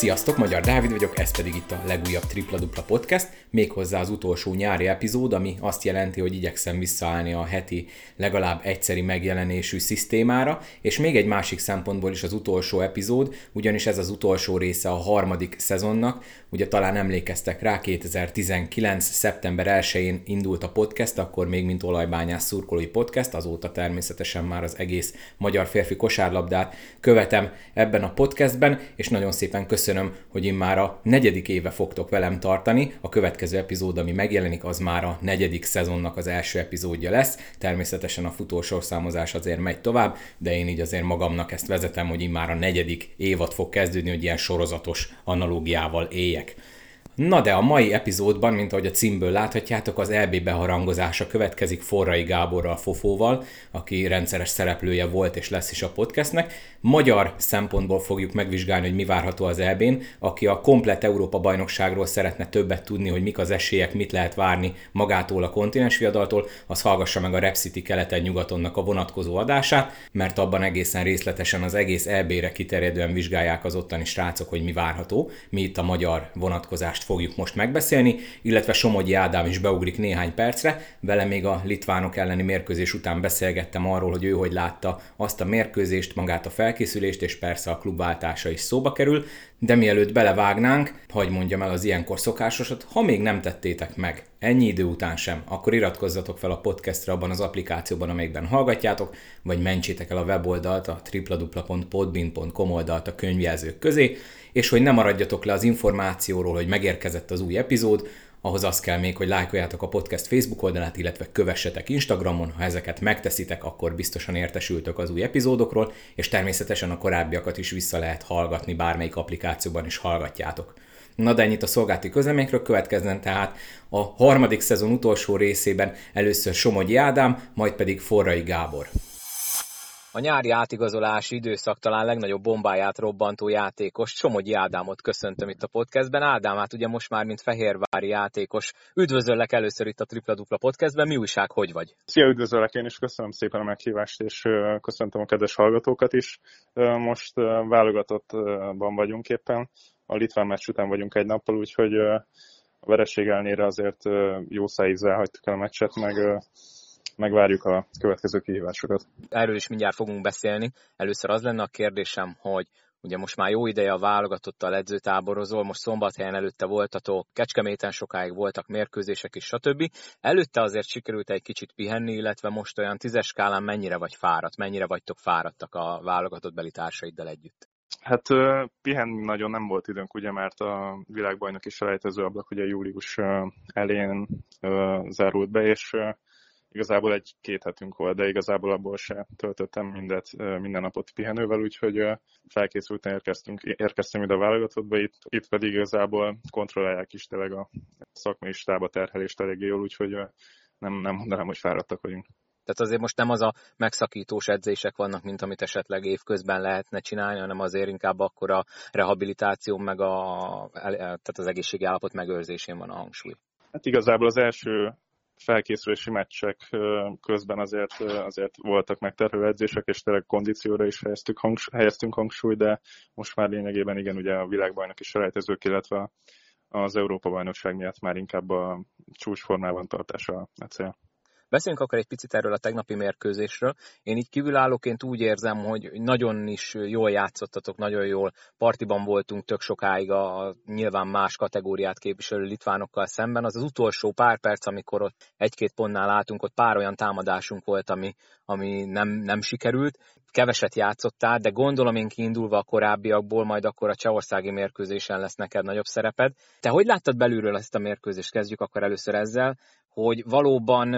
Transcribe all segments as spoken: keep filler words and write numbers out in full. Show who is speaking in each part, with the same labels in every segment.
Speaker 1: Sziasztok, Magyar Dávid vagyok, ez pedig itt a legújabb Tripla Dupla Podcast, méghozzá az utolsó nyári epizód, ami azt jelenti, hogy igyekszem visszaállni a heti legalább egyszeri megjelenésű szisztémára, és még egy másik szempontból is az utolsó epizód, ugyanis ez az utolsó része a harmadik szezonnak. Ugye talán emlékeztek rá, kétezer-tizenkilenc. szeptember elsején indult a podcast, akkor még mint olajbányász szurkolói podcast, azóta természetesen már az egész magyar férfi kosárlabdát követem ebben a podcastben, és nagyon szépen köszönöm, hogy én már a negyedik éve fogtok velem tartani. A következő epizód, ami megjelenik, az már a negyedik szezonnak az első epizódja lesz. Természetesen a futósorszámozás azért megy tovább, de én így azért magamnak ezt vezetem, hogy én már a negyedik évad fog kezdődni, hogy ilyen sorozatos analógiával éljek. Na de a mai epizódban, mint ahogy a címből láthatjátok, az é bé beharangozása következik Forrai Gáborral, Fofóval, aki rendszeres szereplője volt és lesz is a podcastnek. Magyar szempontból fogjuk megvizsgálni, hogy mi várható az é bén. Aki a komplett Európa-bajnokságról szeretne többet tudni, hogy mik az esélyek, mit lehet várni magától a kontinens viadaltól, az hallgassa meg a Rep City keleten-nyugatonnak a vonatkozó adását, mert abban egészen részletesen az egész é bére kiterjedően vizsgálják az ottani srácok, hogy mi várható. Mi itt a magyar vonatkozást fogjuk most megbeszélni, illetve Somogyi Ádám is beugrik néhány percre. Vele még a litvánok elleni mérkőzés után beszélgettem arról, hogy ő hogy látta azt a mérkőzést, magát a felkészülést, és persze a klubváltása is szóba kerül. De mielőtt belevágnánk, hadd mondjam el az ilyenkor szokásosat, ha még nem tettétek meg ennyi idő után sem, akkor iratkozzatok fel a podcastra abban az applikációban, amelyikben hallgatjátok, vagy mentsétek el a weboldalt, a tripladupla pont podbean pont com oldalt a könyvjelzők közé, és hogy ne maradjatok le az információról, hogy megérkezett az új epizód, ahhoz az kell még, hogy lájkoljátok a podcast Facebook oldalát, illetve kövessetek Instagramon. Ha ezeket megteszitek, akkor biztosan értesültök az új epizódokról, és természetesen a korábbiakat is vissza lehet hallgatni, bármelyik applikációban is hallgatjátok. Na de ennyit a szolgálati közleményekről, következzen tehát a harmadik szezon utolsó részében először Somogyi Ádám, majd pedig Forrai Gábor.
Speaker 2: A nyári átigazolási időszak talán legnagyobb bombáját robbantó játékos, Somogyi Ádámot köszöntöm itt a podcastben. Ádám, hát ugye most már mint fehérvári játékos. Üdvözöllek először itt a Tripla Dupla podcastben. Mi újság, hogy vagy?
Speaker 3: Szia, üdvözöllek én is, köszönöm szépen a meghívást, és köszöntöm a kedves hallgatókat is. Most válogatottban vagyunk éppen, a litván meccs után vagyunk egy nappal, úgyhogy a vereség ellenére azért jó szájízzel hagytuk el a meccset, meg megvárjuk a következő kihívásokat.
Speaker 2: Erről is mindjárt fogunk beszélni. Először az lenne a kérdésem, hogy ugye most már jó ideje a válogatottal edzőtáborozol, most Szombathelyen előtte voltatok, Kecskeméten sokáig voltak mérkőzések is, stb. Előtte azért sikerült egy kicsit pihenni, illetve most olyan tízes skálán mennyire vagy fáradt, mennyire vagytok fáradtak a válogatottbeli társaiddal együtt?
Speaker 3: Hát pihenni nagyon nem volt időnk, ugye, mert a világbajnoki selejtező ablak ugye július elején zárult be, és igazából egy-két hetünk volt, de igazából abból se töltöttem mindet, minden napot pihenővel, úgyhogy felkészülten érkeztünk, érkeztem ide a válogatottba, itt, itt pedig igazából kontrollálják is tényleg a szakmai stába terhelést eléggé jól, úgyhogy nem, nem mondanám, hogy fáradtak vagyunk.
Speaker 2: Tehát azért most nem az a megszakítós edzések vannak, mint amit esetleg évközben lehetne csinálni, hanem azért inkább akkor a rehabilitáció meg a, tehát az egészségi állapot megőrzésén van a hangsúly.
Speaker 3: Hát igazából az első felkészülési meccsek közben azért, azért voltak megterhelő edzések, és tényleg kondícióra is helyeztünk, hangs, helyeztünk hangsúlyt, de most már lényegében igen, ugye a világbajnoki selejtezők, illetve az Európa-bajnokság miatt már inkább a csúcsformában tartása a cél.
Speaker 2: Beszéljünk akkor egy picit erről a tegnapi mérkőzésről. Én így kívülállóként úgy érzem, hogy nagyon is jól játszottatok, nagyon jól partiban voltunk tök sokáig a nyilván más kategóriát képviselő litvánokkal szemben. Az az utolsó pár perc, amikor ott egy-két pontnál álltunk, ott pár olyan támadásunk volt, ami, ami nem, nem sikerült. Keveset játszottál, de gondolom én kiindulva a korábbiakból, majd akkor a csehországi mérkőzésen lesz neked nagyobb szereped. Te hogy láttad belülről ezt a mérkőzést? Kezdjük akkor először ezzel, hogy valóban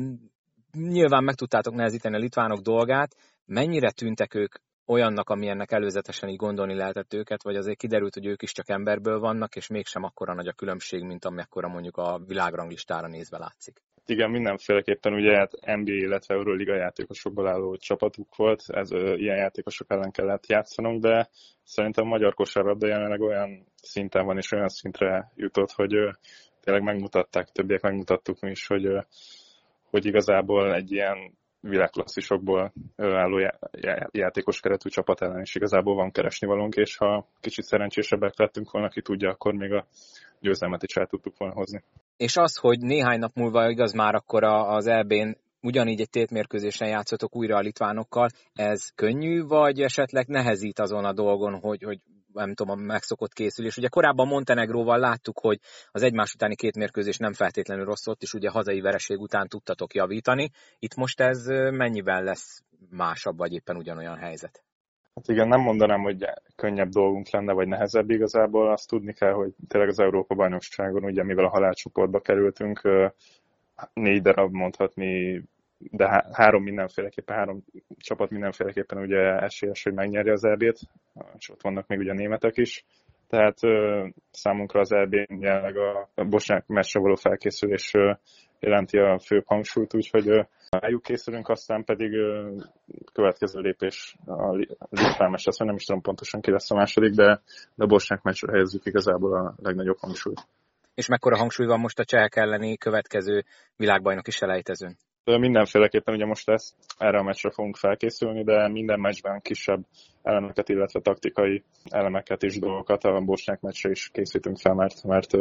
Speaker 2: nyilván meg tudtátok nehezíteni a litvánok dolgát, mennyire tűntek ők olyannak, amilyennek előzetesen így gondolni lehetett őket, vagy azért kiderült, hogy ők is csak emberből vannak, és mégsem akkora nagy a különbség, mint amekkora mondjuk a világranglistára nézve látszik?
Speaker 3: Igen, mindenféleképpen ugye hát en bé á, illetve Euroliga játékosokból álló csapatuk volt, ez ö, ilyen játékosok ellen kellett játszanunk, de szerintem a magyar kosárlabda jelenleg olyan szinten van, és olyan szintre jutott, hogy ö, tényleg megmutatták, többiek megmutattuk mi is, hogy, ö, hogy igazából egy ilyen világklasszisokból álló játékos keretű csapat ellen is igazából van keresnivalónk, és ha kicsit szerencsésebbek lettünk volna, ki tudja, akkor még a győzelmet is el tudtuk volna hozni.
Speaker 2: És az, hogy néhány nap múlva igaz már akkor az é bén ugyanígy egy tétmérkőzésen játszotok újra a litvánokkal, ez könnyű, vagy esetleg nehezít azon a dolgon, hogy, hogy nem tudom, a megszokott készülés. Ugye korábban Montenegróval láttuk, hogy az egymás utáni két mérkőzés nem feltétlenül rossz, ott is ugye hazai vereség után tudtatok javítani. Itt most ez mennyivel lesz másabb, vagy éppen ugyanolyan helyzet?
Speaker 3: Hát igen, nem mondanám, hogy könnyebb dolgunk lenne, vagy nehezebb igazából. Azt tudni kell, hogy tényleg az Európa-bajnokságon, ugye mivel a halálcsoportba kerültünk, négy darab mondhatni, de há- három mindenféleképpen, három csapat mindenféleképpen ugye esélyes, hogy megnyerje az é bét, és ott vannak még ugye a németek is. Tehát ö, számunkra az é bén jelenleg a, a bosnyák meccsre való felkészülés ö, jelenti a főbb hangsúlyt, úgyhogy ö, rájuk készülünk, aztán pedig ö, következő lépés a litván meccs, azt nem is tudom pontosan ki lesz a második, de, de a bosnyák meccsre helyezzük igazából a legnagyobb hangsúlyt.
Speaker 2: És mekkora hangsúly van most a csehek elleni következő világbajnoki selejtezőn?
Speaker 3: Mindenféleképpen ugye most ezt, erre a meccsre fogunk felkészülni, de minden meccsben kisebb elemeket, illetve taktikai elemeket és dolgokat a bosnyák meccsre is készítünk fel, mert, mert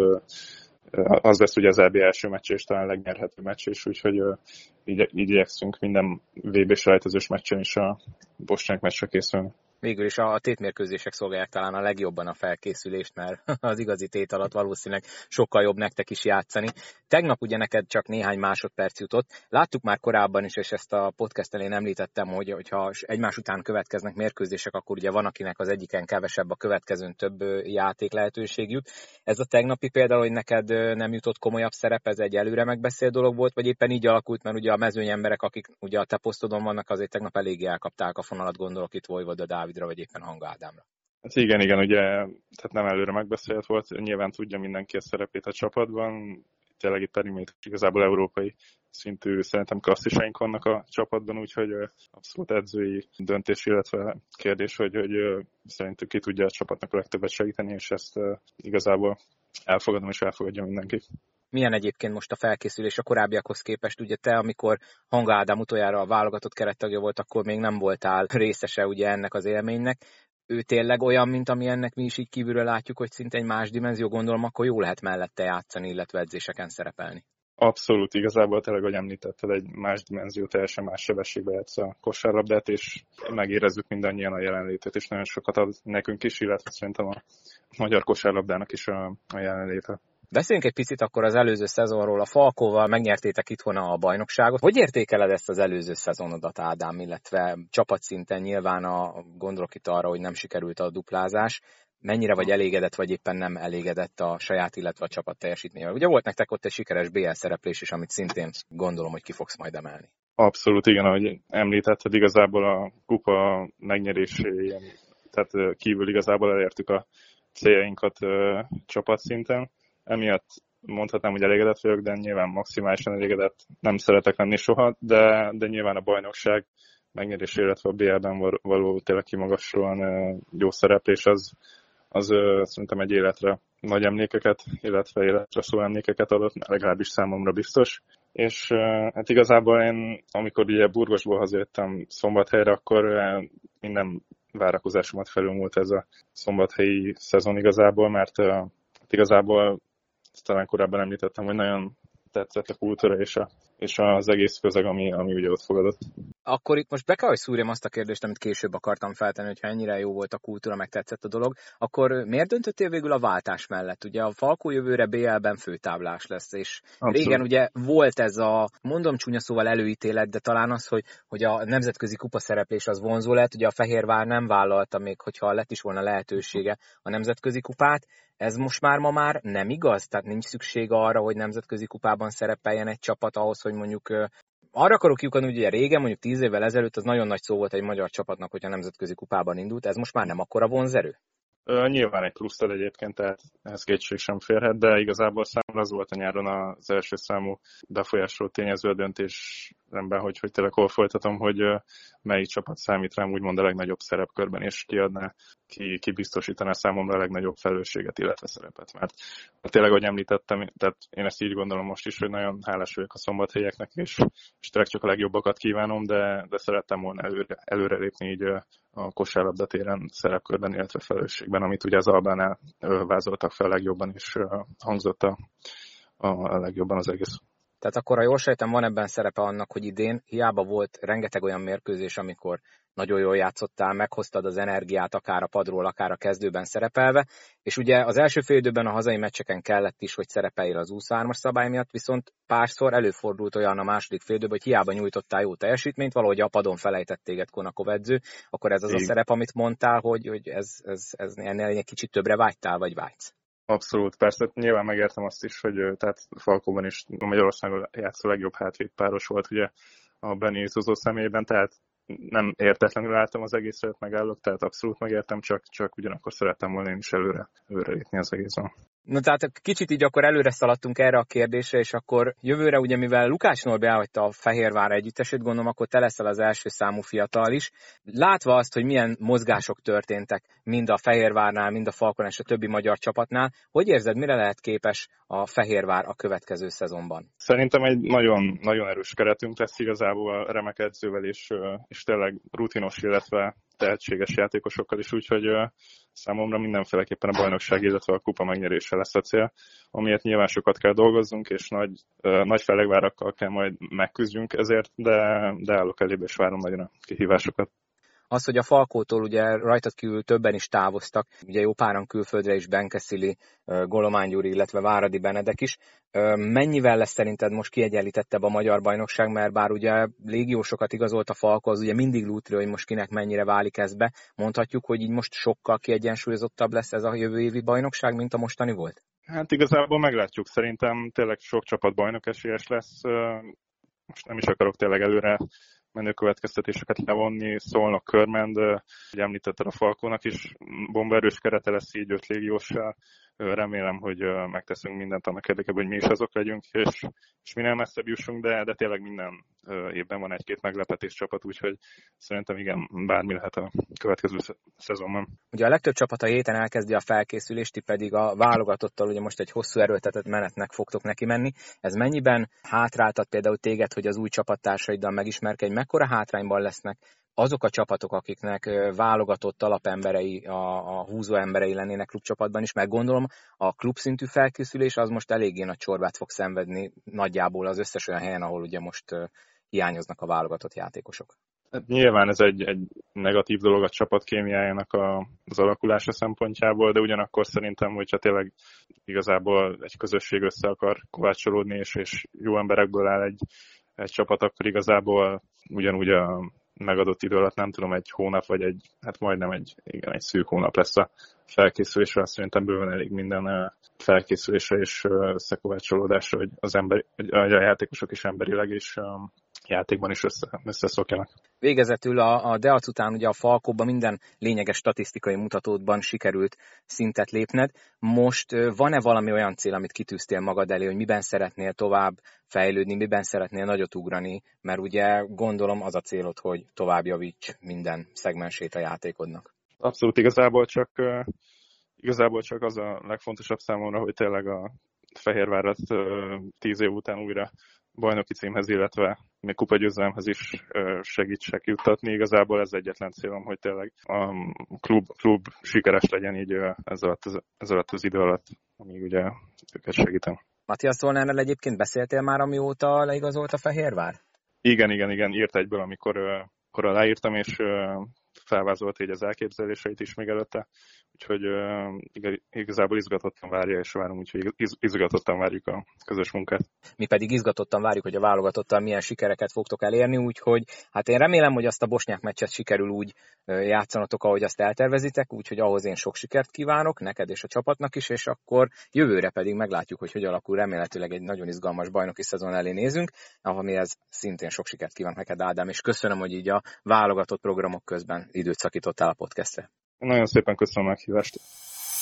Speaker 3: az lesz ugye az é bé első meccs és talán legnyerhető meccs is, úgyhogy így, így igyekszünk minden vé bé selejtezős meccsen is a bosnyák meccsre készülni.
Speaker 2: Végül is a tétmérkőzések szolgálják talán a legjobban a felkészülést, mert az igazi tét alatt valószínűleg sokkal jobb nektek is játszani. Tegnap ugye neked csak néhány másodperc jutott. Láttuk már korábban is, és ezt a podcast elén említettem, hogy ha egymás után következnek mérkőzések, akkor ugye van, akinek az egyiken kevesebb, a következőn több játék lehetőség jut. Ez a tegnapi például, hogy neked nem jutott komolyabb szerep, ez egy előre megbeszélt dolog volt, vagy éppen így alakult, mert ugye a mezőny emberek, akik ugye a te posztodon vannak, azért tegnap eléggé elkapták a fonalat, gondolok itt Vojvoda Dávidra, vagy éppen Hanga Ádámra.
Speaker 3: Hát igen, igen, ugye, tehát nem előre megbeszélt volt, nyilván tudja mindenki a szerepét a csapatban, tényleg itt periméter igazából európai szintű szerintem klasszisaink vannak a csapatban, úgyhogy abszolút edzői döntés, illetve kérdés, hogy, hogy szerintük ki tudja a csapatnak a legtöbbet segíteni, és ezt igazából elfogadom és elfogadja mindenki.
Speaker 2: Milyen egyébként most a felkészülés a korábbiakhoz képest? Ugye te, amikor Hanga Ádám utoljára a válogatott kerettagja volt, akkor még nem voltál részese ugye ennek az élménynek. Ő tényleg olyan, mint ami ennek mi is így kívülről látjuk, hogy szinte egy más dimenzió, gondolom, akkor jó lehet mellette játszani, illetve edzéseken szerepelni.
Speaker 3: Abszolút, igazából tényleg, hogy említetted, egy más dimenzió, teljesen más sebességbe játsz a kosárlabdát, és megérezzük mindannyian a jelenlétét, és nagyon sokat ad nekünk is, illetve szerintem a magyar kosárlabdának is a, a jelenléte.
Speaker 2: Beszéljünk egy picit akkor az előző szezonról. A Falkóval megnyertétek itthon a bajnokságot. Hogy értékeled ezt az előző szezonodat, Ádám, illetve csapatszinten nyilván a, gondolok itt arra, hogy nem sikerült a duplázás. Mennyire vagy elégedett, vagy éppen nem elégedett a saját, illetve a csapat teljesítményével? Ugye volt nektek ott egy sikeres bé el szereplés is, amit szintén gondolom, hogy ki fogsz majd emelni.
Speaker 3: Abszolút, igen, ahogy említetted, igazából a kupa megnyeréséjén, tehát kívül igazából elértük a céljainkat csapatszinten. Emiatt mondhatnám, hogy elégedett vagyok, de nyilván maximálisan elégedett nem szeretek lenni soha, de, de nyilván a bajnokság megnyerés, illetve a bé el-ben való tényleg kimagaslóan jó szereplés, az, az szerintem egy életre nagy emlékeket, illetve életre szóló emlékeket adott, legalábbis számomra biztos. És hát igazából én, amikor ugye Burgosból hazajöttem Szombathelyre, akkor minden várakozásomat felülmúlt ez a szombathelyi szezon igazából, mert igazából talán korábban említettem, hogy nagyon tetszett a kultúra és, a, és az egész közeg, ami, ami ugye ott fogadott.
Speaker 2: Akkor itt most be kell, hogy szúrjam azt a kérdést, amit később akartam feltenni, hogyha ennyire jó volt a kultúra, meg tetszett a dolog, akkor miért döntöttél végül a váltás mellett? Ugye a Falkó jövőre bé el-ben főtáblás lesz, és abszolút. Régen ugye volt ez a, mondom csúnya szóval előítélet, de talán az, hogy, hogy a nemzetközi kupa szereplés az vonzó lett, ugye a Fehérvár nem vállalta még, hogyha lett is volna lehetősége a nemzetközi kupát. Ez most már ma már nem igaz? Tehát nincs szükség arra, hogy nemzetközi kupában szerepeljen egy csapat ahhoz, hogy mondjuk arra akarok kiukadni, hogy ugye régen, mondjuk tíz évvel ezelőtt az nagyon nagy szó volt egy magyar csapatnak, hogyha nemzetközi kupában indult, ez most már nem akkora vonzerő?
Speaker 3: Nyilván egy plusz ad egyébként, tehát ehhez kétség sem férhet, de igazából számomra az volt a nyáron az első számú befolyásoló tényező a döntés rendben, hogy, hogy tényleg hol folytatom, hogy melyik csapat számít rám úgymond a legnagyobb szerepkörben, és kiadná, ki, ki biztosítaná számomra a legnagyobb felelősséget, illetve szerepet. Mert tényleg, ahogy említettem, tehát én ezt így gondolom most is, hogy nagyon hálás vagyok a szombathelyeknek, és, és tényleg csak a legjobbakat kívánom, de, de szerettem volna előre, előrelépni így a kosárlabda téren szerepkörben, illetve felelősségben, amit ugye az Albánál vázoltak fel a legjobban, és hangzott a, a legjobban az egész.
Speaker 2: Tehát akkor, ha jól sejtem, van ebben szerepe annak, hogy idén hiába volt rengeteg olyan mérkőzés, amikor nagyon jól játszottál, meghoztad az energiát akár a padról, akár a kezdőben szerepelve, és ugye az első fél időben a hazai meccseken kellett is, hogy szerepeljél az huszonhármas szabály miatt, viszont párszor előfordult olyan a második fél időben, hogy hiába nyújtottál jó teljesítményt, valahogy a padon felejtett téged Konakov edző, akkor ez az Igen. a szerep, amit mondtál, hogy, hogy ez, ez, ez ennél egy kicsit többre vágytál, vagy vágysz?
Speaker 3: Abszolút, persze, nyilván megértem azt is, hogy tehát Falkóban is a Magyarországon játszó legjobb hátvédpáros volt ugye a Benny Zozó személyében, tehát nem értetlenül álltam az egészet, megállok, tehát abszolút megértem, csak, csak ugyanakkor szerettem volna én is előre, előre lépni az egészben.
Speaker 2: Na tehát kicsit így akkor előre szaladtunk erre a kérdésre, és akkor jövőre ugye, mivel Lukács Norbi elhagyta a Fehérvár együttesét, gondolom, akkor te leszel az első számú fiatal is. Látva azt, hogy milyen mozgások történtek mind a Fehérvárnál, mind a Falkon és a többi magyar csapatnál, hogy érzed, mire lehet képes a Fehérvár a következő szezonban?
Speaker 3: Szerintem egy nagyon, nagyon erős keretünk lesz igazából a remek edzővel, és, és tényleg rutinos, illetve tehetséges játékosokkal is, úgyhogy számomra mindenféleképpen a bajnokság, illetve a kupa megnyerése lesz a cél, amiért nyilván sokat kell dolgoznunk, és nagy, nagy felegvárakkal kell majd megküzdjünk ezért, de, de állok elébe, és várom nagyon a kihívásokat.
Speaker 2: Az, hogy a Falkótól ugye rajtad kívül többen is távoztak, ugye jó páran külföldre is, Benkeszili, Golomán Gyuri, illetve Váradi Benedek is. Mennyivel lesz szerinted most kiegyenlítettebb a magyar bajnokság, mert bár ugye légiósokat igazolt a Falko, az ugye mindig lútri, hogy most kinek mennyire válik ez be. Mondhatjuk, hogy így most sokkal kiegyensúlyozottabb lesz ez a jövő évi bajnokság, mint a mostani volt?
Speaker 3: Hát igazából meglátjuk. Szerintem tényleg sok csapat bajnok esélyes lesz. Most nem is akarok tényleg előre menő következtetéseket levonni, Szolnok, Körmend, ugye említetted a Falkónak is, bombaerős kerete lesz így öt légióssal. Remélem, hogy megteszünk mindent annak érdekében, hogy mi is azok legyünk, és, és minél messzebb jussunk, de, de tényleg minden évben van egy-két meglepetés csapat, úgyhogy szerintem igen, bármi lehet a következő szezonban.
Speaker 2: Ugye a legtöbb csapat a héten elkezdi a felkészülést, ti pedig a válogatottal ugye most egy hosszú erőltetett menetnek fogtok neki menni. Ez mennyiben hátráltat például téged, hogy az új csapattársaidal megismerkedj, mekkora hátrányban lesznek azok a csapatok, akiknek válogatott alapemberei, a, a húzó emberei lennének klubcsapatban is, mert gondolom a klubszintű felkészülés az most eléggé nagy csorbát fog szenvedni nagyjából az összes olyan helyen, ahol ugye most hiányoznak a válogatott játékosok.
Speaker 3: Hát nyilván ez egy, egy negatív dolog a csapat kémiájának a, az alakulása szempontjából, de ugyanakkor szerintem, hogyha tényleg igazából egy közösség össze akar kovácsolódni, és, és jó emberekből áll egy, egy csapat, akkor igazából ugyanúgy a megadott idő alatt, nem tudom, egy hónap, vagy egy, hát majdnem egy, igen, egy szűk hónap lesz a felkészülésre, azt szerintem bőven elég minden felkészülésre és összekovácsolódásra, hogy az ember, a játékosok is emberileg és játékban is össze, összeszokjanak.
Speaker 2: Végezetül a, a Deac után ugye a Falkóban minden lényeges statisztikai mutatódban sikerült szintet lépned. Most van-e valami olyan cél, amit kitűztél magad elé, hogy miben szeretnél tovább fejlődni, miben szeretnél nagyot ugrani, mert ugye gondolom az a célod, hogy tovább javíts minden szegmensét a játékodnak.
Speaker 3: Abszolút, igazából csak, igazából csak az a legfontosabb számomra, hogy tényleg a Fehérvárat tíz év után újra bajnoki címhez, illetve még kupagyőzelemhez is segítsek juttatni. Igazából ez egyetlen célom, hogy tényleg a klub, klub sikeres legyen így ez alatt, ez alatt az idő alatt, amíg ugye őket segítem.
Speaker 2: Matthias Zollnerrel egyébként beszéltél már, amióta leigazolt a Fehérvár?
Speaker 3: Igen, igen, igen, írt egyből, amikor, amikor leírtam, és felvázolt így az elképzeléseit is még előtte, úgyhogy uh, igazából izgatottan várja, és várom, úgyhogy iz, izgatottan várjuk a közös munkát.
Speaker 2: Mi pedig izgatottan várjuk, hogy a válogatottal milyen sikereket fogtok elérni, úgyhogy hát én remélem, hogy azt a bosnyák meccset sikerül úgy játszanotok, ahogy azt eltervezitek, úgyhogy ahhoz én sok sikert kívánok, neked és a csapatnak is, és akkor jövőre pedig meglátjuk, hogy hogy alakul, remélhetőleg egy nagyon izgalmas bajnoki szezon elé nézünk, amihez szintén sok sikert kívánok neked, Ádám, és köszönöm, hogy így a válogatott programok közben időt szakítottál a podcastre.
Speaker 3: Nagyon szépen köszönöm a meghívást.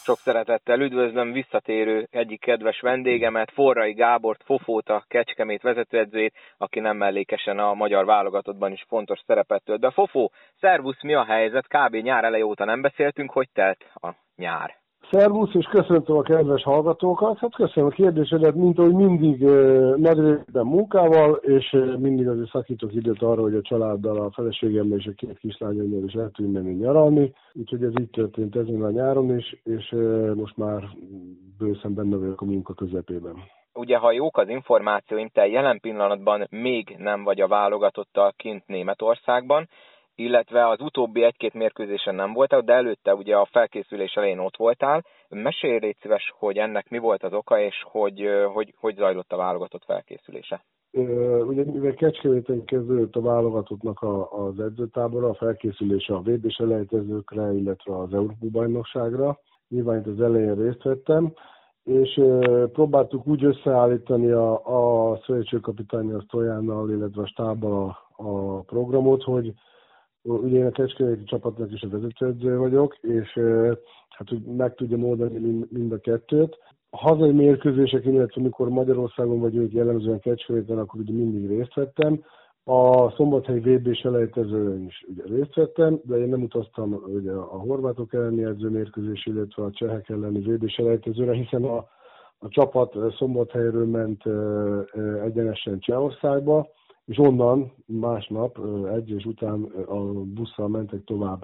Speaker 2: Sok szeretettel üdvözlöm visszatérő egyik kedves vendégemet, Forrai Gábort, Fofót, a Kecskemét vezetőedzőjét, aki nem mellékesen a magyar válogatottban is fontos szerepet tölt be. Fofó, szervusz, mi a helyzet? Kb. Nyár eleje óta nem beszéltünk, hogy telt a nyár?
Speaker 4: Szervusz, és köszöntöm a kedves hallgatókat. Hát köszönöm a kérdésedet, mint ahogy mindig nagy részben munkával, és mindig azért szakítok időt arra, hogy a családdal, a feleségemmel és a két kislányommal is el tudjunk menni nyaralni. Úgyhogy ez így történt ezen a nyáron is, és most már bőszen benne vagyok a munka közepében.
Speaker 2: Ugye, ha jók az információim, te jelen pillanatban még nem vagy a válogatottal kint Németországban, illetve az utóbbi egy-két mérkőzésen nem voltál, de előtte ugye a felkészülés elején ott voltál. Mesélj, légy szíves, hogy ennek mi volt az oka, és hogy hogy, hogy zajlott a válogatott felkészülése?
Speaker 4: Ugye mivel Kecskeméten kezdődött a válogatottnak a, az edzőtábora, a felkészülése a vé bé selejtezőkre, illetve az Európa-bajnokságra. Nyilván itt az elején részt vettem, és e, próbáltuk úgy összeállítani a, a szövetségkapitánnyal, Stojánnal, illetve a stábbal a, a programot, hogy ugye én a kecskeméti csapatnak is a vezetőedző vagyok, és hát hogy meg tudjam oldani mind, mind a kettőt. A hazai mérkőzések, illetve amikor Magyarországon vagyunk, jellemzően Kecskeméten, akkor ugye mindig részt vettem. A szombathelyi vé bé selejtezőn is ugye részt vettem, de én nem utaztam ugye a horvátok elleni edzőmérkőzés, illetve a csehek elleni vé bé selejtezőre, hiszen a, a csapat Szombathelyről ment egyenesen Csehországba, és onnan másnap edzés után a busszal mentek tovább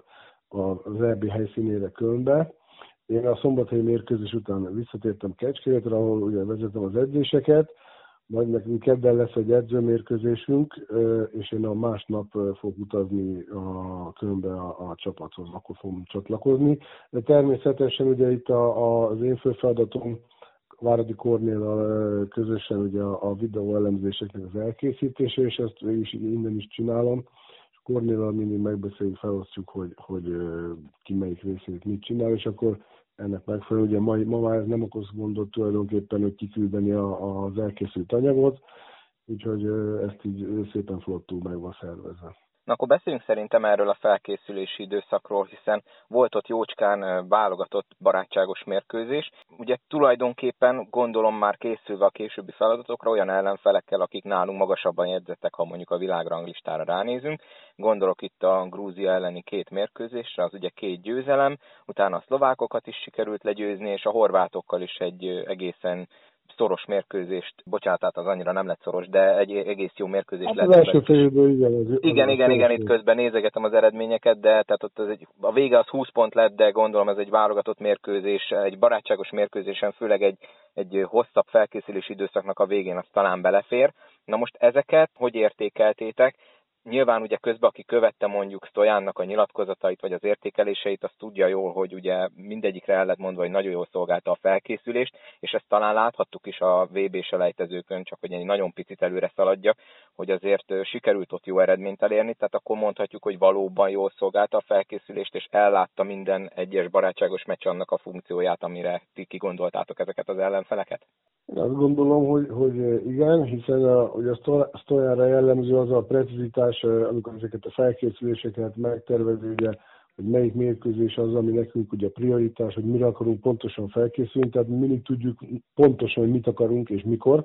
Speaker 4: az é bé helyszínére Kölnbe. Én a szombathelyi mérkőzés után visszatértem Kecskemétre, ahol ugye vezetem az edzéseket, majd nekünk kedden lesz egy edzőmérkőzésünk, és én a másnap fogok utazni a Kölnbe a, a csapathoz, akkor fogom csatlakozni. De természetesen ugye itt a, a, az én fő feladatom Váradi Kornéllal közösen ugye a videó elemzéseknek az elkészítése, és ezt is innen is csinálom. És Kornéllal mindig megbeszéljük, felosztjuk, hogy, hogy ki melyik részét mit csinál, és akkor ennek megfelelően, ugye ma, ma már ez nem okoz gondot tulajdonképpen, hogy kiküldeni a, az elkészült anyagot, úgyhogy ezt így szépen flottul meg van szervezve.
Speaker 2: Na akkor beszéljünk szerintem erről a felkészülési időszakról, hiszen volt ott jócskán válogatott barátságos mérkőzés. Ugye tulajdonképpen gondolom már készülve a későbbi feladatokra olyan ellenfelekkel, akik nálunk magasabban jegyzettek, ha mondjuk a világranglistára ránézünk. Gondolok itt a Grúzia elleni két mérkőzésre, az ugye két győzelem, utána a szlovákokat is sikerült legyőzni, és a horvátokkal is egy egészen szoros mérkőzést, bocsánat, tehát az annyira nem lett szoros, de egy egész jó mérkőzés
Speaker 4: hát
Speaker 2: lett.
Speaker 4: Az első félidő, igen. Az
Speaker 2: igen, igen, igen, itt közben nézegetem az eredményeket, de tehát ott az egy, a vége az húsz pont lett, de gondolom ez egy válogatott mérkőzés, egy barátságos mérkőzésen, főleg egy, egy hosszabb felkészülési időszaknak a végén az talán belefér. Na most ezeket hogy értékeltétek? Nyilván ugye közben, aki követte mondjuk Stojannak a nyilatkozatait, vagy az értékeléseit, az tudja jól, hogy ugye mindegyikre el lehet mondva, hogy nagyon jól szolgálta a felkészülést, és ezt talán láthattuk is a vé bé selejtezőkön, csak hogy egy nagyon picit előre szaladjak, hogy azért sikerült ott jó eredményt elérni, tehát akkor mondhatjuk, hogy valóban jól szolgálta a felkészülést, és ellátta minden egyes barátságos meccs annak a funkcióját, amire ti kigondoltátok ezeket az ellenfeleket?
Speaker 4: Én azt gondolom, hogy, hogy igen, hiszen a, hogy a Stojanra jellemző az a precizitás, amikor ezeket a felkészüléseket megtervezi, ugye, hogy melyik mérkőzés az, ami nekünk ugye a prioritás, hogy mire akarunk pontosan felkészülni, tehát mindig tudjuk pontosan, hogy mit akarunk és mikor.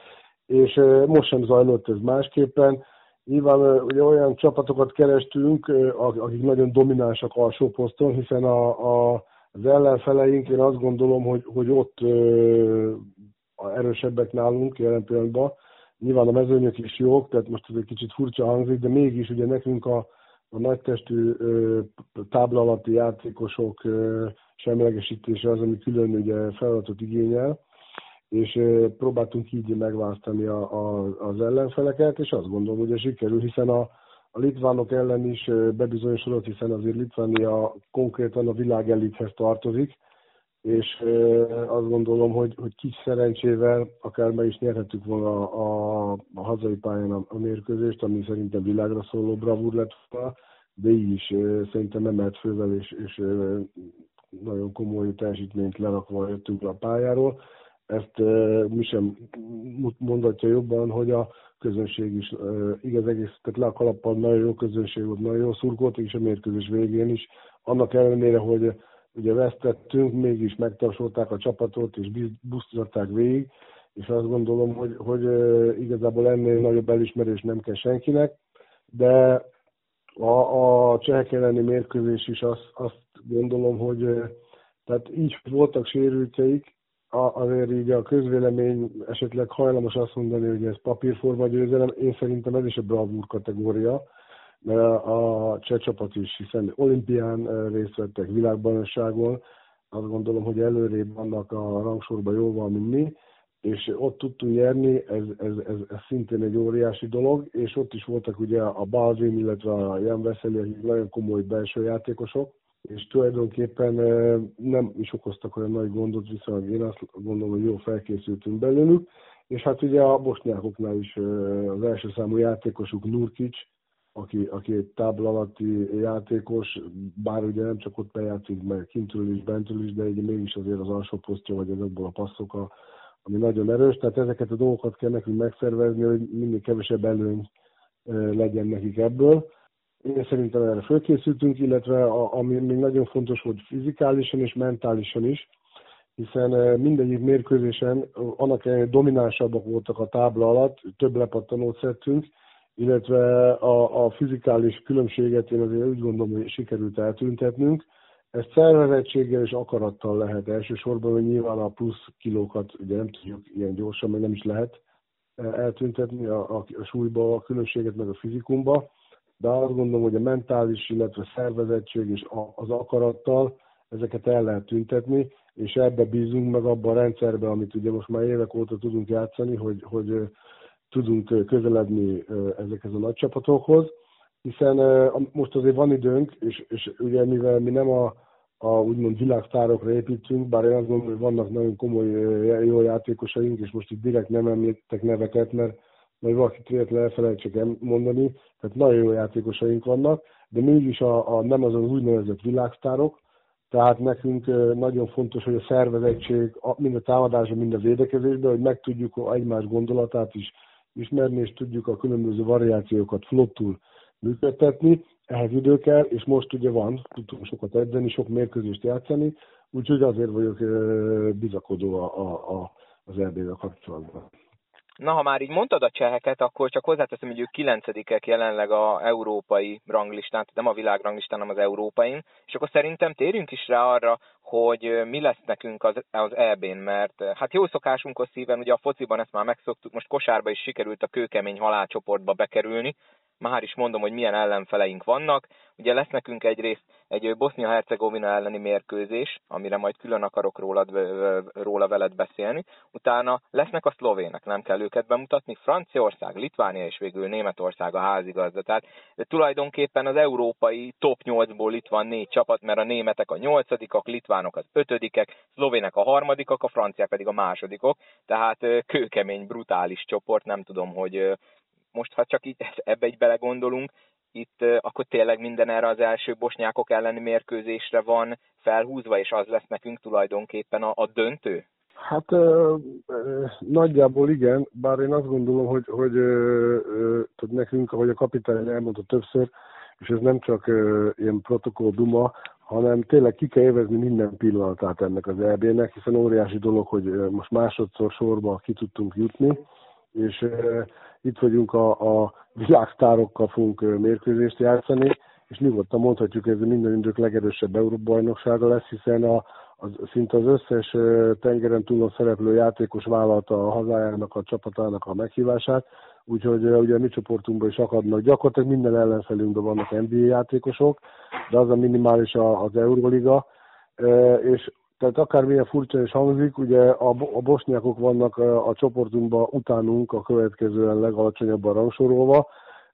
Speaker 4: És most sem zajlott ez másképpen. Nyilván ugye olyan csapatokat kerestünk, akik nagyon dominánsak alsó poszton, hiszen a, a, az ellenfeleink, én azt gondolom, hogy, hogy ott erősebbek nálunk jelen pillanatban. Nyilván a mezőnyök is jók, tehát most ez egy kicsit furcsa hangzik, de mégis ugye nekünk a, a nagytestű ö, tábla alatti játékosok ö, semlegesítése az, ami külön ugye feladatot igényel, és ö, próbáltunk így megválasztani a, a, az ellenfeleket, és azt gondolom, hogy ez sikerül, hiszen a, a litvánok ellen is bebizonyosodott, hiszen azért Litvánia konkrétan a világ elithez tartozik, és azt gondolom, hogy, hogy kis szerencsével akár meg is nyerhettük volna a, a, a hazai pályán a, a mérkőzést, ami szerintem világra szóló bravúr lett volna, de így is szerintem emelt fővel, és, és nagyon komoly teljesítményt lerakva jöttünk le a pályáról. Ezt mi sem mondatja jobban, hogy a közönség is igaz egész, tehát le a kalappal nagyon jó közönség volt, nagyon jó szurkolt, és a mérkőzés végén is. Annak ellenére, hogy ugye vesztettünk, mégis megtapsolták a csapatot, és busztolták végig, és azt gondolom, hogy, hogy igazából ennél nagyobb elismerés nem kell senkinek, de a, a csehek elleni mérkőzés is azt, azt gondolom, hogy tehát így voltak sérültjeik, azért így a közvélemény esetleg hajlamos azt mondani, hogy ez papírforma győzelem, én szerintem ez is a bravúr kategória, mert a cseh csapat is, hiszen olimpián részt vettek, világbajnokságon, azt gondolom, hogy előrébb vannak a rangsorban jóval, mint mi, és ott tudtunk nyerni, ez, ez, ez, ez szintén egy óriási dolog, és ott is voltak ugye a Baldwin, illetve a Jan Vesely, akik nagyon komoly belső játékosok, és tulajdonképpen nem is okoztak olyan nagy gondot, viszont én azt gondolom, hogy jól felkészültünk belőlük, és hát ugye a bosnyákoknál is az első számú játékosuk Nurkic, aki, aki egy tábla alatti játékos, bár ugye nem csak ott bejátszik, mert kintről is, bentről is, de így mégis azért az alsó posztja, vagy azokból a passzok, a, ami nagyon erős, tehát ezeket a dolgokat kell nekünk megszervezni, hogy minél kevesebb előny legyen nekik ebből. Én szerintem erre fölkészültünk, illetve a, ami még nagyon fontos, hogy fizikálisan és mentálisan is, hiszen mindegyik mérkőzésen annak ellenére dominánsabbak voltak a tábla alatt, több lepattanót szedtünk, illetve a, a fizikális különbséget én azért úgy gondolom, hogy sikerült eltüntetnünk. Ezt szervezettséggel és akarattal lehet elsősorban, hogy nyilván a plusz kilókat ugye nem tudjuk ilyen gyorsan, meg nem is lehet eltüntetni a, a, a súlyba, a különbséget meg a fizikumba, de azt gondolom, hogy a mentális, illetve szervezettség és az akarattal ezeket el lehet tüntetni, és ebbe bízunk meg abban a rendszerben, amit ugye most már évek óta tudunk játszani, hogy, hogy tudunk közeledni ezekhez a nagy csapatokhoz, hiszen most azért van időnk, és, és ugye mivel mi nem a, a úgymond világsztárokra építünk, bár én azt gondolom, hogy vannak nagyon komoly jó játékosaink, és most itt direkt nem említek neveket, mert majd valakit véletlenül elfelejtsek mondani, tehát nagyon jó játékosaink vannak, de mégis a, a, nem az az úgynevezett világsztárok, tehát nekünk nagyon fontos, hogy a szervezettség mind a támadásban, mind a védekezésben, hogy meg tudjuk egymás gondolatát is ismerni, és tudjuk a különböző variációkat flottul működtetni. Ehhez idő kell, és most ugye van, tudtunk sokat edzeni, sok mérkőzést játszani, úgyhogy azért vagyok bizakodó a, a, a, az é bé-vel kapcsolatban.
Speaker 2: Na, ha már így mondtad a cseheket, akkor csak hozzáteszem, hogy ők kilencedikek jelenleg az európai ranglistán, nem a világranglistán, hanem az európain, és akkor szerintem térjünk is rá arra, hogy mi lesz nekünk az, az é bén, mert hát jó szokásunkhoz szíven, ugye a fociban ezt már megszoktuk, most kosárba is sikerült a kőkemény halálcsoportba bekerülni, már is mondom, hogy milyen ellenfeleink vannak. Ugye lesz nekünk egyrészt egy Bosznia-Hercegovina elleni mérkőzés, amire majd külön akarok rólad, róla veled beszélni. Utána lesznek a szlovének, nem kell őket bemutatni, Franciaország, Litvánia és végül Németország a házigazda. Tehát tulajdonképpen az európai top nyolcból itt van négy csapat, mert a németek a nyolcadikak, litvánok az ötödikek, szlovének a harmadikak, a franciák pedig a másodikok. Tehát kőkemény, brutális csoport, nem tudom, hogy most, ha csak így ebbe így belegondolunk, itt akkor tényleg minden erre az első bosnyákok elleni mérkőzésre van felhúzva, és az lesz nekünk tulajdonképpen a, a döntő?
Speaker 4: Hát ö, ö, nagyjából igen, bár én azt gondolom, hogy, hogy ö, ö, tehát nekünk, ahogy a kapitány elmondta többször, és ez nem csak ö, ilyen protokoll duma, hanem tényleg ki kell évezni minden pillanatát ennek az é bének, hiszen óriási dolog, hogy most másodszor sorba ki tudtunk jutni, és uh, itt vagyunk a, a világsztárokkal fogunk uh, mérkőzést játszani, és nyugodtan mondhatjuk, ez minden idők legerősebb Európa-bajnoksága lesz, hiszen a, az, szinte az összes uh, tengeren túlon szereplő játékos vállalta a hazájának, a csapatának a meghívását, úgyhogy uh, ugye a mi csoportunkban is akadnak. Gyakorlatilag minden ellenfelünkben vannak en bé á játékosok, de az a minimális a, az Euroliga, uh, és tehát akármilyen furcsa is hangzik, ugye a, a bosnyákok vannak a, a csoportunkban utánunk a következően legalacsonyabban rangsorolva,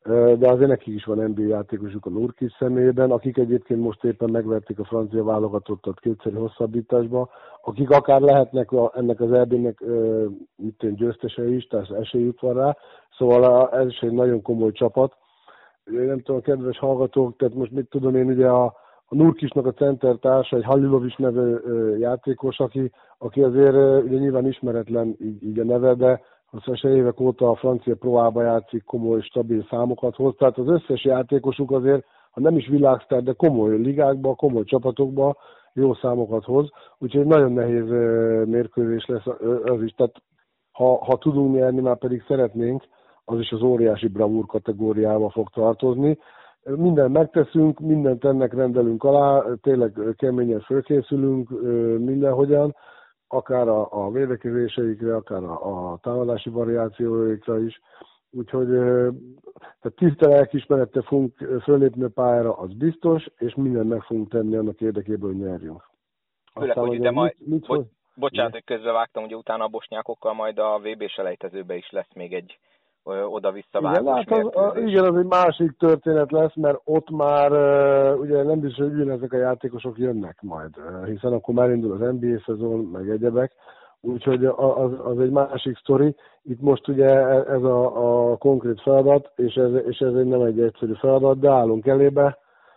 Speaker 4: de azért nekik is van en bé á játékosuk a Nurkic személyében, akik egyébként most éppen megverték a francia válogatottat kétszeri hosszabbításba, akik akár lehetnek a, ennek az é bének mint győztesei is, tehát esélyük van rá, szóval ez is egy nagyon komoly csapat. Én nem tudom, kedves hallgatók, tehát most mit tudom én, ugye a A Nurkicnak a center társa, egy Halilovics nevű játékos, aki, aki azért ugye nyilván ismeretlen így, így a neve, de az évek óta a francia próbába játszik, komoly, stabil számokat hoz. Tehát az összes játékosuk azért, ha nem is világsztár, de komoly ligákban, komoly csapatokban jó számokat hoz, úgyhogy nagyon nehéz mérkőzés lesz az is. Tehát ha, ha tudunk nyerni, már pedig szeretnénk, az is az óriási bravúr kategóriába fog tartozni. Mindent megteszünk, mindent ennek rendelünk alá, tényleg keményen fölkészülünk mindenhogyan, akár a, a védekezéseikre, akár a, a támadási variációikra is. Úgyhogy tehát tiszta lelkiismerettel fogunk fölépni a pályára, az biztos, és mindent meg fogunk tenni annak érdekében, hogy nyerjünk.
Speaker 2: Főleg, hogy ide majd, mit, mit bo- bocsánat, hogy közbevágtam, hogy utána a bosnyákokkal majd a vé bé-selejtezőben is lesz még egy oda-visszavágós
Speaker 4: igen, hát az, igen, az egy másik történet lesz, mert ott már uh, ugye nem biztos, hogy ugyanezek a játékosok jönnek majd, uh, hiszen akkor már indul az en bé á szezon, meg egyebek, úgyhogy az, az egy másik sztori. Itt most ugye ez a, a konkrét feladat, és ez, és ez nem egy egyszerű feladat, de állunk elébe,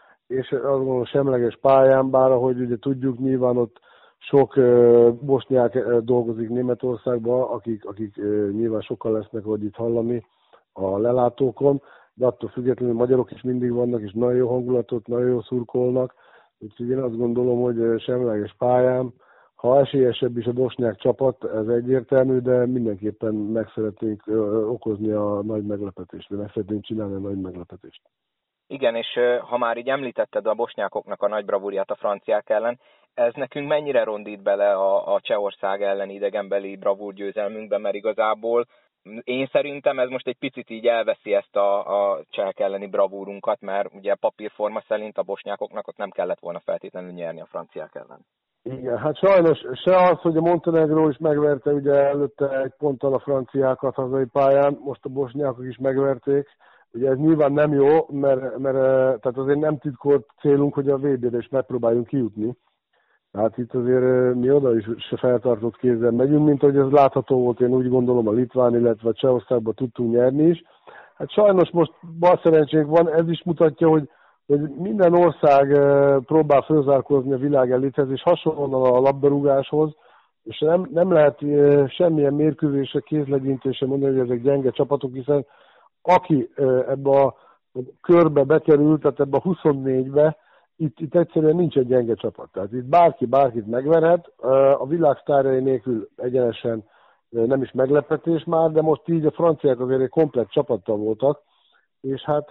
Speaker 4: és azt gondolom semleges pályán, bár ahogy ugye tudjuk, nyilván ott sok uh, bosnyák uh, dolgozik Németországban, akik, akik uh, nyilván sokan lesznek, hogy itt hallani a lelátókon, de attól függetlenül magyarok is mindig vannak, és nagyon jó hangulatot, nagyon jó szurkolnak, úgyhogy én azt gondolom, hogy uh, semleges pályán, ha esélyesebb is a bosnyák csapat, ez egyértelmű, de mindenképpen meg szeretnénk uh, okozni a nagy meglepetést, vagy meg szeretnénk csinálni a nagy meglepetést.
Speaker 2: Igen, és ha már így említetted a bosnyákoknak a nagy bravúriát a franciák ellen, ez nekünk mennyire rondít bele a, a Csehország elleni idegenbeli bravúr győzelmünkben, mert igazából én szerintem ez most egy picit így elveszi ezt a, a csehek elleni bravúrunkat, mert ugye papírforma szerint a bosnyákoknak ott nem kellett volna feltétlenül nyerni a franciák ellen.
Speaker 4: Igen, hát sajnos se az, hogy a Montenegró is megverte ugye előtte egy ponttal a franciákat hazai pályán, most a bosnyákok is megverték. Ugye ez nyilván nem jó, mert, mert tehát azért nem titkolt célunk, hogy a vé bére is megpróbáljunk kijutni. Tehát itt azért mi oda is se feltartott kézzel megyünk, mint hogy ez látható volt, én úgy gondolom a Litván, illetve a Csehországban tudtunk nyerni is. Hát sajnos most bal szerencsénk van, ez is mutatja, hogy, hogy minden ország próbál fölzárkózni a világ elithez, és hasonlóan a labdarúgáshoz, és nem, nem lehet semmilyen mérkőzésre, kézlegyintésre mondani, hogy ezek gyenge csapatok, hiszen aki ebbe a körbe bekerült, tehát ebbe a huszonnégybe, itt, itt egyszerűen nincs egy gyenge csapat. Tehát itt bárki bárkit megverhet, a világ sztárjai nélkül egyenesen nem is meglepetés már, de most így a franciák azért egy komplett csapattal voltak, és hát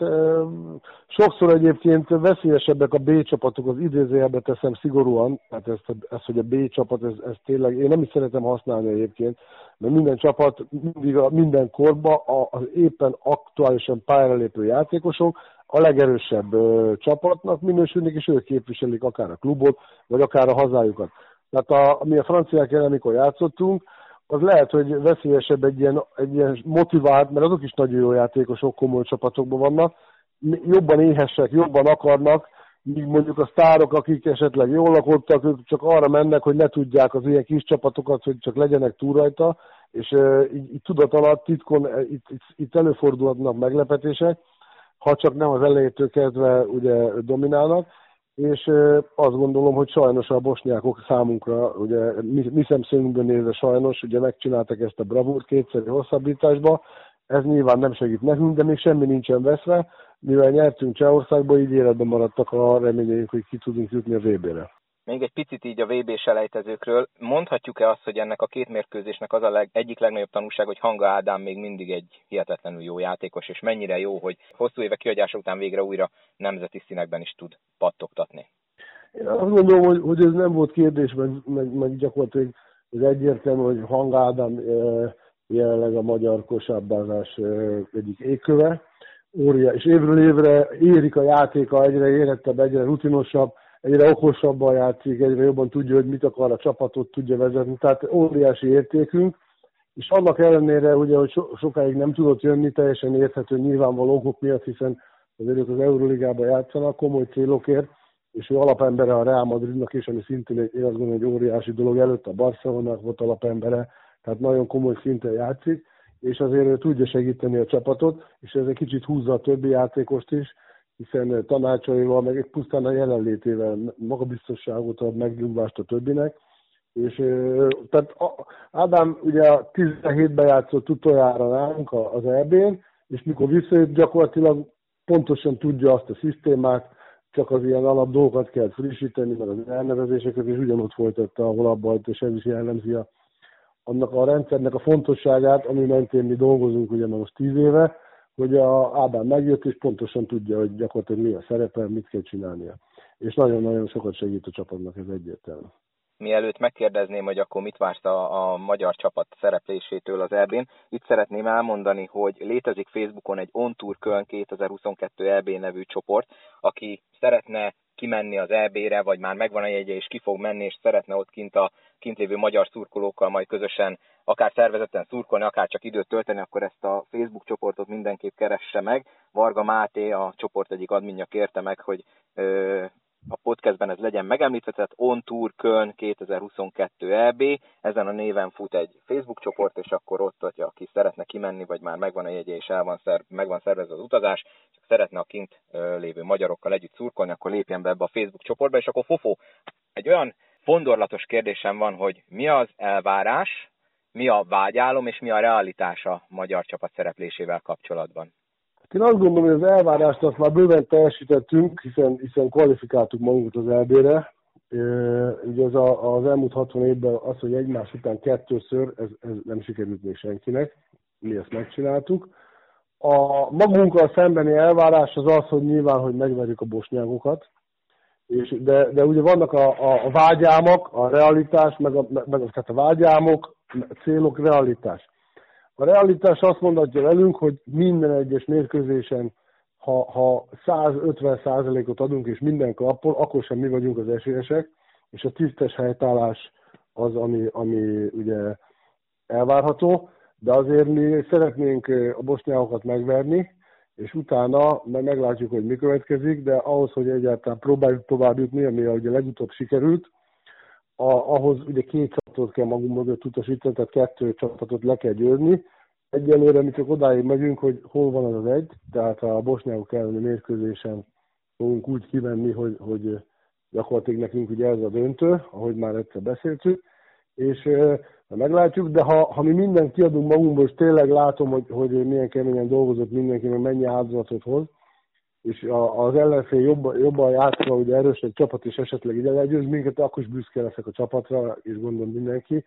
Speaker 4: sokszor egyébként veszélyesebbek a B csapatok, az idézőjelbe teszem szigorúan, tehát ezt, ezt hogy a B csapat, ez, ez tényleg, én nem is szeretem használni egyébként, mert minden csapat mindig a, minden korban az éppen aktuálisan pályára lépő játékosok a legerősebb ö, csapatnak minősülnek, és ők képviselik akár a klubot, vagy akár a hazájukat. Tehát a, ami a franciák ellen, amikor játszottunk, az lehet, hogy veszélyesebb egy ilyen, egy ilyen motivált, mert azok is nagyon jó játékosok, komoly csapatokban vannak, jobban éhesek, jobban akarnak, míg mondjuk a sztárok, akik esetleg jól lakodtak, ők csak arra mennek, hogy ne tudják az ilyen kis csapatokat, hogy csak legyenek túl rajta, és uh, így, így tudat alatt, titkon, itt, itt, itt előfordulhatnak meglepetések, ha csak nem az elejétől kezdve ugye dominálnak, és azt gondolom, hogy sajnos a bosnyákok számunkra, ugye mi, mi szemszögünkből nézve sajnos, ugye megcsináltak ezt a bravúrt kétszeri hosszabbításba, ez nyilván nem segít nekünk, de még semmi nincsen veszve, mivel nyertünk Csehországba, így életben maradtak a reményeink, hogy ki tudunk jutni a vé bére.
Speaker 2: Még egy picit így a vé bé-selejtezőkről, mondhatjuk-e azt, hogy ennek a két mérkőzésnek az a leg, egyik legnagyobb tanulság, hogy Hanga Ádám még mindig egy hihetetlenül jó játékos, és mennyire jó, hogy hosszú évek kihagyása után végre újra nemzeti színekben is tud pattogtatni?
Speaker 4: Én azt gondolom, hogy, hogy ez nem volt kérdés, meg, meg, meg gyakorlatilag ez egyértelmű, hogy Hanga Ádám jelenleg a magyar kosárlabdázás egyik égköve, óriás, és évről évre érik a játéka, egyre érettebb, egyre rutinosabb, egyre okosabban játszik, egyre jobban tudja, hogy mit akar a csapatot, tudja vezetni. Tehát óriási értékünk, és annak ellenére, ugye, hogy so- sokáig nem tudott jönni, teljesen érthető nyilvánvaló okok miatt, hiszen azért ők az Euróligában játszanak komoly célokért, és ő alapembere a Real Madridnak is, ami szintén egy, én azt gondolom, egy óriási dolog, előtt a Barcelonának volt alapembere, tehát nagyon komoly szinten játszik, és azért ő tudja segíteni a csapatot, és ez egy kicsit húzza a többi játékost is, hiszen tanácsaival, meg pusztán a jelenlétével magabiztosságot ad, megnyugvást a többinek. És tehát Ádám ugye tizenhétben játszott utoljára nálunk az é bén, és mikor visszajött, gyakorlatilag pontosan tudja azt a szisztémát, csak az ilyen alap dolgokat kell frissíteni, meg az elnevezéseket, és ugyanott folytatta, ahol abba hagyta, és ez is jellemzi a, annak a rendszernek a fontosságát, ami mentén mi dolgozunk ugye most tíz éve, hogy a Ádám megjött, és pontosan tudja, hogy gyakorlatilag mi a szerepe, mit kell csinálnia. És nagyon-nagyon sokat segít a csapatnak, ez egyértelmű.
Speaker 2: Mielőtt megkérdezném, hogy akkor mit vársz a, a magyar csapat szereplésétől az é bén, itt szeretném elmondani, hogy létezik Facebookon egy On Tour Köln kétezer-huszonkettő é bé nevű csoport, aki szeretne kimenni az é bére, vagy már megvan a jegye, és ki fog menni, és szeretne ott kint a kint lévő magyar szurkolókkal majd közösen akár szervezetten szurkolni, akár csak időt tölteni, akkor ezt a Facebook csoportot mindenképp keresse meg. Varga Máté, a csoport egyik adminja kérte meg, hogy ö, a podcastben ez legyen megemlítve, tehát On Tour Köln kétezer-huszonkettő é bé, ezen a néven fut egy Facebook csoport, és akkor ott, hogyha aki szeretne kimenni, vagy már megvan a jegye, és el van szerv, meg van szervezve az utazás, csak szeretne a kint lévő magyarokkal együtt szurkolni, akkor lépjen be ebbe a Facebook csoportba, és akkor Fofó, egy olyan fondorlatos kérdésem van, hogy mi az elvárás, mi a vágyálom, és mi a realitás a magyar csapat szereplésével kapcsolatban?
Speaker 4: Én azt gondolom, hogy az elvárást azt már bőven teljesítettünk, hiszen, hiszen kvalifikáltuk magunkat az é bére. Ugye az, a, az elmúlt hatvan évben az, hogy egymás után kettőször, ez, ez nem sikerült még senkinek, mi ezt megcsináltuk. A magunkkal szembeni elvárás az az, hogy nyilván, hogy megverjük a bosnyákokat, és de, de ugye vannak a, a, a vágyálmok, a realitás, meg a, meg, tehát a vágyálmok, a célok, realitás. A realitás azt mondatja velünk, hogy minden egyes mérkőzésen, ha, ha százötven százalékot adunk, és minden klappol, akkor sem mi vagyunk az esélyesek, és a tisztes helytállás az, ami, ami ugye elvárható, de azért mi szeretnénk a bosnyákokat megverni, és utána meglátjuk, hogy mi következik, de ahhoz, hogy egyáltalán próbáljuk tovább jutni, ami ugye legutóbb sikerült, a, ahhoz ugye két csapatot kell magunk mögött utasítani, tehát kettő csapatot le kell győzni. Egyelőre mi csak odáig megyünk, hogy hol van az az egy, tehát a bosnyákok elleni mérkőzésen fogunk úgy kivenni, hogy, hogy gyakorlatilag nekünk ugye ez a döntő, ahogy már egyszer beszéltük, és na meglátjuk, de ha, ha mi mindent kiadunk magunkból, és tényleg látom, hogy, hogy milyen keményen dolgozott mindenki, meg mennyi áldozatot hoz, és a, az ellenfél jobban, jobban játszva, ugye erősebb csapat is esetleg ide legyőz minket, akkor is büszke leszek a csapatra, és gondolom mindenki,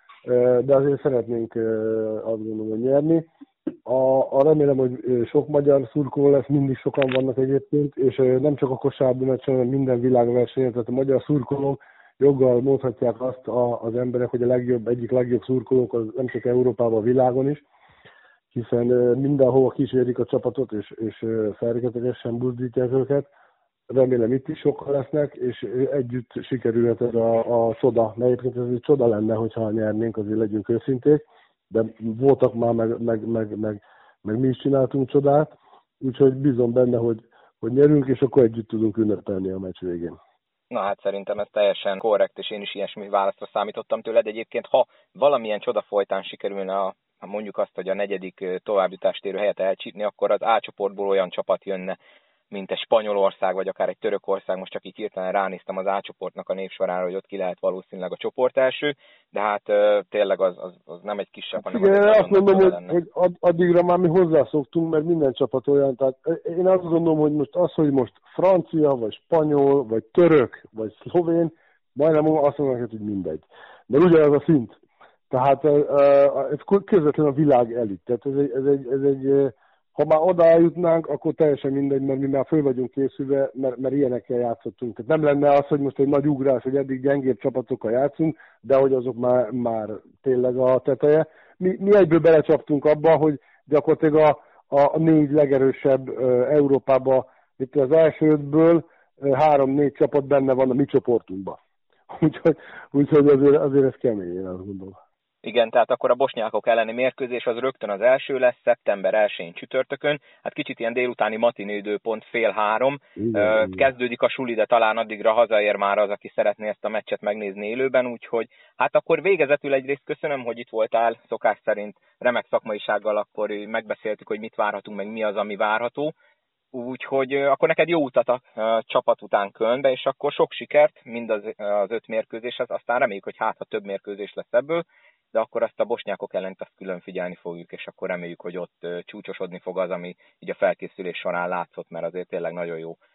Speaker 4: de azért szeretnénk azt gondolom, hogy nyerni. A, a remélem, hogy sok magyar szurkoló lesz, mindig sokan vannak egyébként, és nem csak a kosárlabda, hanem minden világversenyen, tehát a magyar szurkolók joggal mondhatják azt az emberek, hogy a legjobb, egyik legjobb szurkolók az nem csak Európában, a világon is, hiszen mindenhol kísérik a csapatot, és, és felketegesen buzdítják őket. Remélem itt is sokkal lesznek, és együtt sikerülhet ez a, a csoda. Mert egyébként ez egy csoda lenne, hogyha nyernénk, azért legyünk őszinték, de voltak már, meg, meg, meg, meg, meg mi is csináltunk csodát, úgyhogy bízom benne, hogy, hogy nyerünk, és akkor együtt tudunk ünnepelni a meccs végén.
Speaker 2: Na hát szerintem ez teljesen korrekt, és én is ilyesmi válaszra számítottam tőled. Egyébként, ha valamilyen csoda folytán sikerülne a, mondjuk azt, hogy a negyedik továbbjutást érő helyet elcsípni, akkor az A csoportból olyan csapat jönne, mint egy Spanyolország, vagy akár egy Törökország. Most csak így hirtelen ránéztem az A csoportnak a névsorára, hogy ott ki lehet valószínűleg a csoport első, de hát tényleg az, az, az nem egy kisebb, hanem
Speaker 4: igen,
Speaker 2: az
Speaker 4: azt mondom, hogy, hogy addigra már mi hozzászoktunk, mert minden csapat olyan, tehát én azt gondolom, hogy most az, hogy most francia, vagy spanyol, vagy török, vagy szlovén, majdnem azt mondom, hogy mindegy. De ugyanaz a szint. Tehát ez közvetlenül a világ elit. Tehát ez egy, ez egy, ez egy ha már oda eljutnánk, akkor teljesen mindegy, mert mi már föl vagyunk készülve, mert, mert ilyenekkel játszottunk. Tehát nem lenne az, hogy most egy nagy ugrás, hogy eddig gyengébb csapatokkal játszunk, de hogy azok már, már tényleg a teteje. Mi, mi egyből belecsaptunk abba, hogy gyakorlatilag a, a négy legerősebb uh, Európában, itt az első ötből uh, három-négy csapat benne van a mi csoportunkban. Úgyhogy, úgyhogy azért, azért ez kemény, én azt gondolom.
Speaker 2: Igen, tehát akkor a bosnyákok elleni mérkőzés az rögtön az első lesz, szeptember elsején csütörtökön. Hát kicsit ilyen délutáni matinőidőpont fél három. Igen, kezdődik a suli, de talán addigra hazaér már az, aki szeretné ezt a meccset megnézni élőben, úgyhogy hát akkor végezetül egyrészt köszönöm, hogy itt voltál, szokás szerint remek szakmaisággal, akkor megbeszéltük, hogy mit várhatunk, meg mi az, ami várható. Úgyhogy akkor neked jó utat a csapat után Kölnbe, és akkor sok sikert mind az, az öt mérkőzéshez, aztán reméljük, hogy hát ha több mérkőzés lesz ebből, de akkor azt a bosnyákok ellen azt külön figyelni fogjuk, és akkor reméljük, hogy ott csúcsosodni fog az, ami így a felkészülés során látszott, mert azért tényleg nagyon jó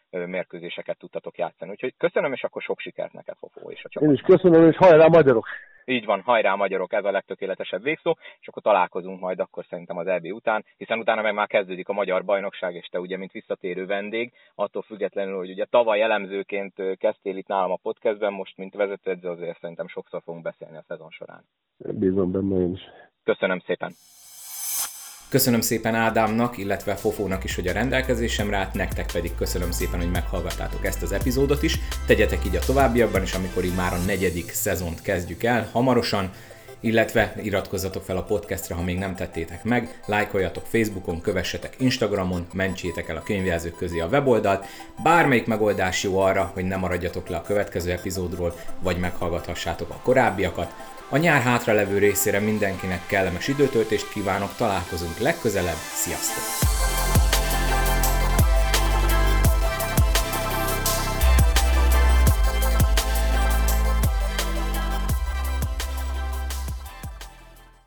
Speaker 2: mérkőzéseket tudtatok játszani. Úgyhogy köszönöm, és akkor sok sikert neked, Fofó, és a csapat.
Speaker 4: Én is köszönöm, és hajrá magyarok!
Speaker 2: Így van, hajrá magyarok, ez a legtökéletesebb végszó, és akkor találkozunk majd akkor szerintem az é bé után, hiszen utána meg már kezdődik a magyar bajnokság, és te ugye, mint visszatérő vendég, attól függetlenül, hogy ugye tavaly elemzőként kezdtél itt nálam a podcastben, most mint vezetőedző, azért szerintem sokszor fogunk beszélni a szezon során.
Speaker 4: Bízom benne én is.
Speaker 2: Köszönöm szépen!
Speaker 1: Köszönöm szépen Ádámnak, illetve Fofónak is, hogy a rendelkezésemre állt, nektek pedig köszönöm szépen, hogy meghallgattátok ezt az epizódot is. Tegyetek így a továbbiakban is, amikor így már a negyedik szezont kezdjük el hamarosan, illetve iratkozzatok fel a podcastra, ha még nem tettétek meg, lájkoljatok Facebookon, kövessetek Instagramon, mentsétek el a könyvjelzők közé a weboldalt. Bármelyik megoldás jó arra, hogy ne maradjatok le a következő epizódról, vagy meghallgathassátok a korábbiakat. A nyár hátralevő részére mindenkinek kellemes időtöltést kívánok, találkozunk legközelebb, sziasztok!